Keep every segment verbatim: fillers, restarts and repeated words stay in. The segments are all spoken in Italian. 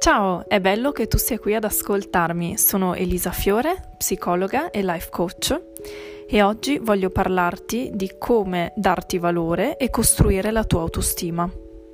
Ciao, è bello che tu sia qui ad ascoltarmi. Sono Elisa Fiore, psicologa e life coach, e oggi voglio parlarti di come darti valore e costruire la tua autostima.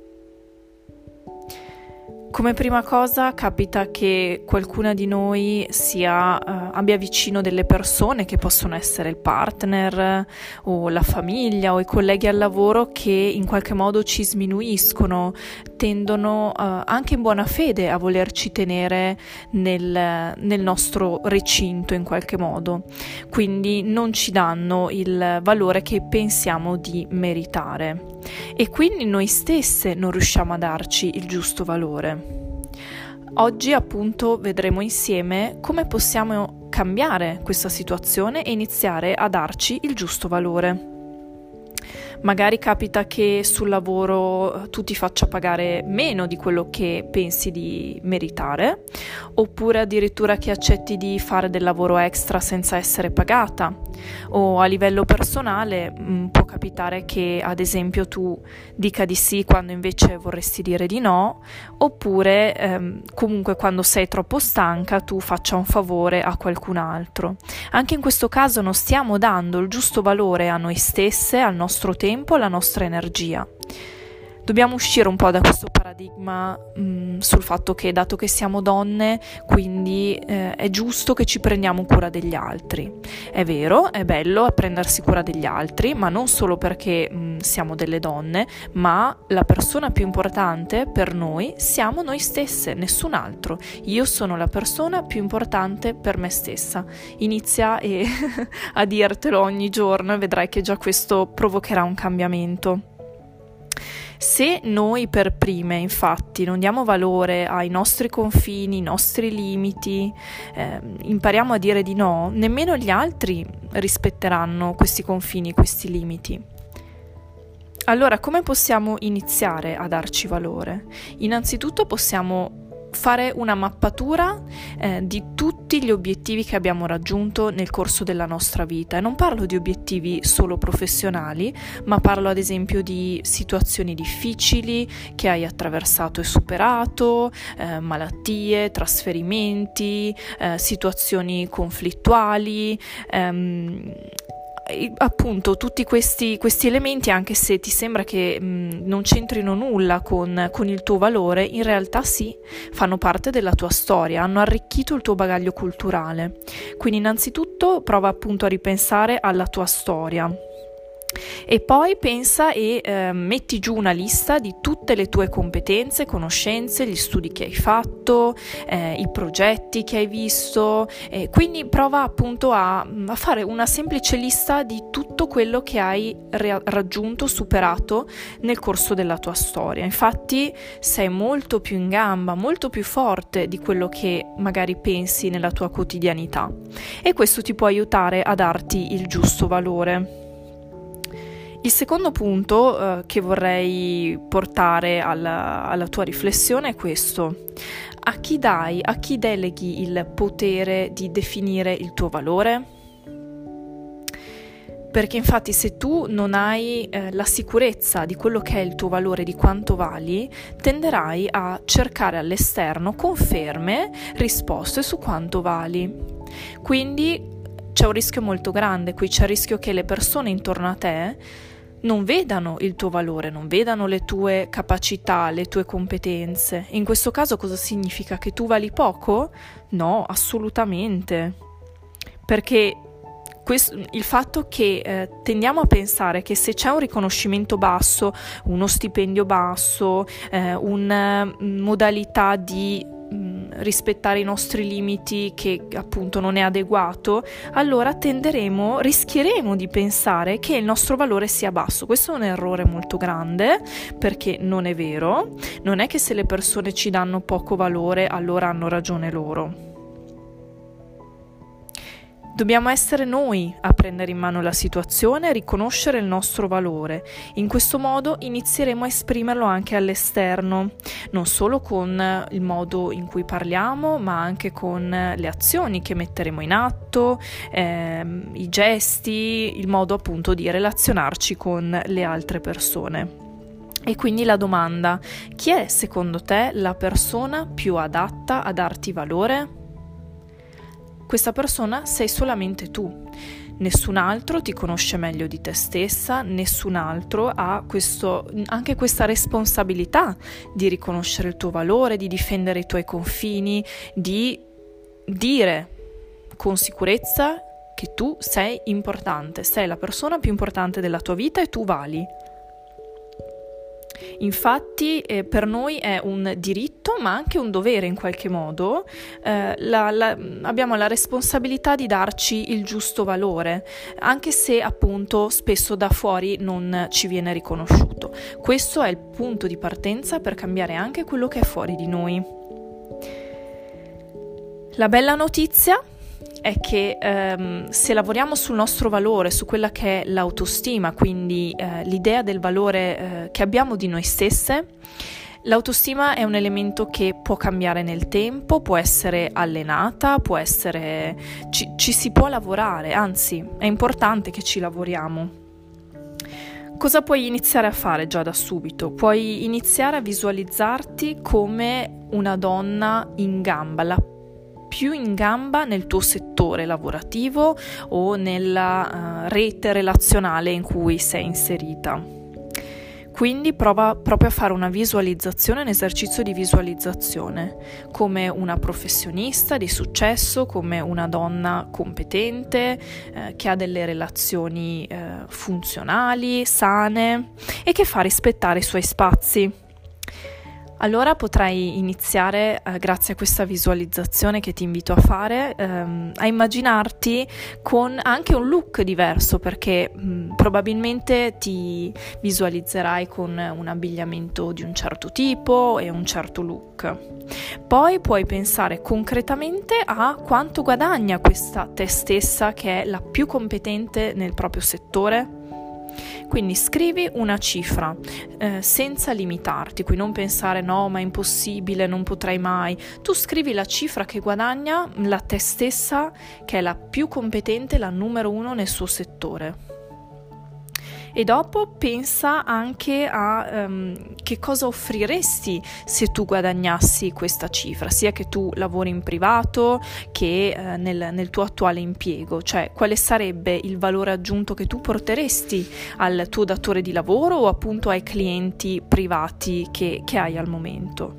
Come prima cosa capita che qualcuna di noi sia, uh, abbia vicino delle persone che possono essere il partner o la famiglia o i colleghi al lavoro che in qualche modo ci sminuiscono, tendono uh, anche in buona fede a volerci tenere nel, nel nostro recinto in qualche modo, quindi non ci danno il valore che pensiamo di meritare e quindi noi stesse non riusciamo a darci il giusto valore. Oggi appunto vedremo insieme come possiamo cambiare questa situazione e iniziare a darci il giusto valore. Magari capita che sul lavoro tu ti faccia pagare meno di quello che pensi di meritare, oppure addirittura che accetti di fare del lavoro extra senza essere pagata, o a livello personale mh, può capitare che ad esempio tu dica di sì quando invece vorresti dire di no, oppure ehm, comunque quando sei troppo stanca tu faccia un favore a qualcun altro. Anche in questo caso non stiamo dando il giusto valore a noi stesse, al nostro tempo, alla nostra energia. Dobbiamo uscire un po' da questo paradigma mh, sul fatto che dato che siamo donne, quindi eh, è giusto che ci prendiamo cura degli altri. È vero, è bello prendersi cura degli altri, ma non solo perché mh, siamo delle donne, ma la persona più importante per noi siamo noi stesse, nessun altro. Io sono la persona più importante per me stessa. Inizia e a dirtelo ogni giorno e vedrai che già questo provocherà un cambiamento. Se noi per prime, infatti, non diamo valore ai nostri confini, ai nostri limiti, eh, impariamo a dire di no, nemmeno gli altri rispetteranno questi confini, questi limiti. Allora, come possiamo iniziare a darci valore? Innanzitutto possiamo fare una mappatura eh, di tutti gli obiettivi che abbiamo raggiunto nel corso della nostra vita, e non parlo di obiettivi solo professionali, ma parlo ad esempio di situazioni difficili che hai attraversato e superato, eh, malattie, trasferimenti, eh, situazioni conflittuali, ehm, appunto tutti questi, questi elementi, anche se ti sembra che mh, non c'entrino nulla con, con il tuo valore, in realtà sì, fanno parte della tua storia, hanno arricchito il tuo bagaglio culturale. Quindi innanzitutto prova appunto a ripensare alla tua storia. E poi pensa e eh, metti giù una lista di tutte le tue competenze, conoscenze, gli studi che hai fatto, eh, i progetti che hai visto, eh, quindi prova appunto a, a fare una semplice lista di tutto quello che hai ra- raggiunto, superato nel corso della tua storia. Infatti sei molto più in gamba, molto più forte di quello che magari pensi nella tua quotidianità, e questo ti può aiutare a darti il giusto valore. Il secondo punto eh, che vorrei portare alla, alla tua riflessione è questo: a chi dai, a chi deleghi il potere di definire il tuo valore? Perché infatti se tu non hai eh, la sicurezza di quello che è il tuo valore, di quanto vali, tenderai a cercare all'esterno conferme, risposte su quanto vali. Quindi c'è un rischio molto grande, qui c'è il rischio che le persone intorno a te non vedano il tuo valore, non vedano le tue capacità, le tue competenze. In questo caso cosa significa? Che tu vali poco? No, assolutamente. Perché questo, il fatto che eh, tendiamo a pensare che se c'è un riconoscimento basso, uno stipendio basso, eh, una modalità di rispettare i nostri limiti che appunto non è adeguato, allora tenderemo, rischieremo di pensare che il nostro valore sia basso. Questo è un errore molto grande, perché non è vero. Non è che se le persone ci danno poco valore allora hanno ragione loro. Dobbiamo essere noi a prendere in mano la situazione e riconoscere il nostro valore. In questo modo inizieremo a esprimerlo anche all'esterno, non solo con il modo in cui parliamo, ma anche con le azioni che metteremo in atto, ehm, i gesti, il modo appunto di relazionarci con le altre persone. E quindi la domanda: chi è secondo te la persona più adatta a darti valore? Questa persona sei solamente tu. Nessun altro ti conosce meglio di te stessa, nessun altro ha questo, anche questa responsabilità di riconoscere il tuo valore, di difendere i tuoi confini, di dire con sicurezza che tu sei importante, sei la persona più importante della tua vita e tu vali. Infatti eh, per noi è un diritto ma anche un dovere in qualche modo, eh, la, la, abbiamo la responsabilità di darci il giusto valore, anche se appunto spesso da fuori non ci viene riconosciuto. Questo è il punto di partenza per cambiare anche quello che è fuori di noi. La bella notizia è che ehm, se lavoriamo sul nostro valore, su quella che è l'autostima, quindi eh, l'idea del valore eh, che abbiamo di noi stesse, l'autostima è un elemento che può cambiare nel tempo, può essere allenata, può essere, ci, ci si può lavorare, anzi è importante che ci lavoriamo. Cosa puoi iniziare a fare già da subito? Puoi iniziare a visualizzarti come una donna in gamba, la più in gamba nel tuo settore lavorativo o nella uh, rete relazionale in cui sei inserita. Quindi prova proprio a fare una visualizzazione, un esercizio di visualizzazione, come una professionista di successo, come una donna competente, eh, che ha delle relazioni eh, funzionali, sane e che fa rispettare i suoi spazi. Allora potrai iniziare, eh, grazie a questa visualizzazione che ti invito a fare, ehm, a immaginarti con anche un look diverso, perché mh, probabilmente ti visualizzerai con un abbigliamento di un certo tipo e un certo look. Poi puoi pensare concretamente a quanto guadagna questa te stessa che è la più competente nel proprio settore. Quindi scrivi una cifra eh, senza limitarti, qui non pensare no ma è impossibile, non potrai mai. Tu scrivi la cifra che guadagna la te stessa che è la più competente, la numero uno nel suo settore. E dopo pensa anche a um, che cosa offriresti se tu guadagnassi questa cifra, sia che tu lavori in privato che uh, nel, nel tuo attuale impiego, cioè quale sarebbe il valore aggiunto che tu porteresti al tuo datore di lavoro o appunto ai clienti privati che, che hai al momento.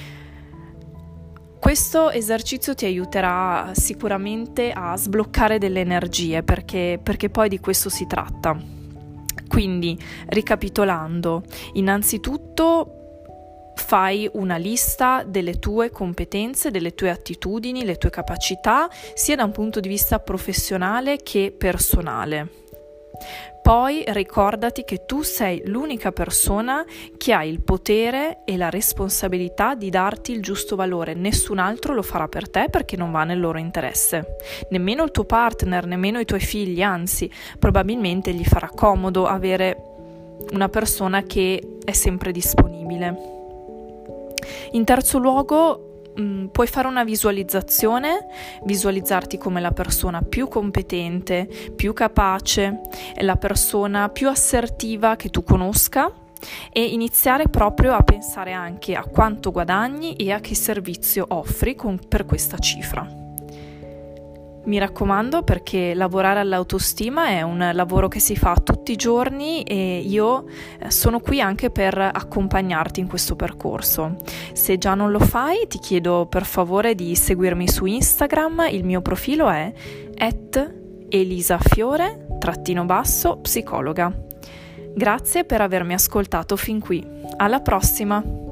Questo esercizio ti aiuterà sicuramente a sbloccare delle energie, perché, perché poi di questo si tratta. Quindi, ricapitolando, innanzitutto fai una lista delle tue competenze, delle tue attitudini, le tue capacità, sia da un punto di vista professionale che personale. Poi ricordati che tu sei l'unica persona che ha il potere e la responsabilità di darti il giusto valore. Nessun altro lo farà per te perché non va nel loro interesse. Nemmeno il tuo partner, nemmeno i tuoi figli, anzi, probabilmente gli farà comodo avere una persona che è sempre disponibile. In terzo luogo, Mm, puoi fare una visualizzazione, visualizzarti come la persona più competente, più capace, la persona più assertiva che tu conosca e iniziare proprio a pensare anche a quanto guadagni e a che servizio offri con, per questa cifra. Mi raccomando, perché lavorare all'autostima è un lavoro che si fa tutti i giorni e io sono qui anche per accompagnarti in questo percorso. Se già non lo fai, ti chiedo per favore di seguirmi su Instagram, il mio profilo è at elisafiore trattino basso psicologa. Grazie per avermi ascoltato fin qui. Alla prossima!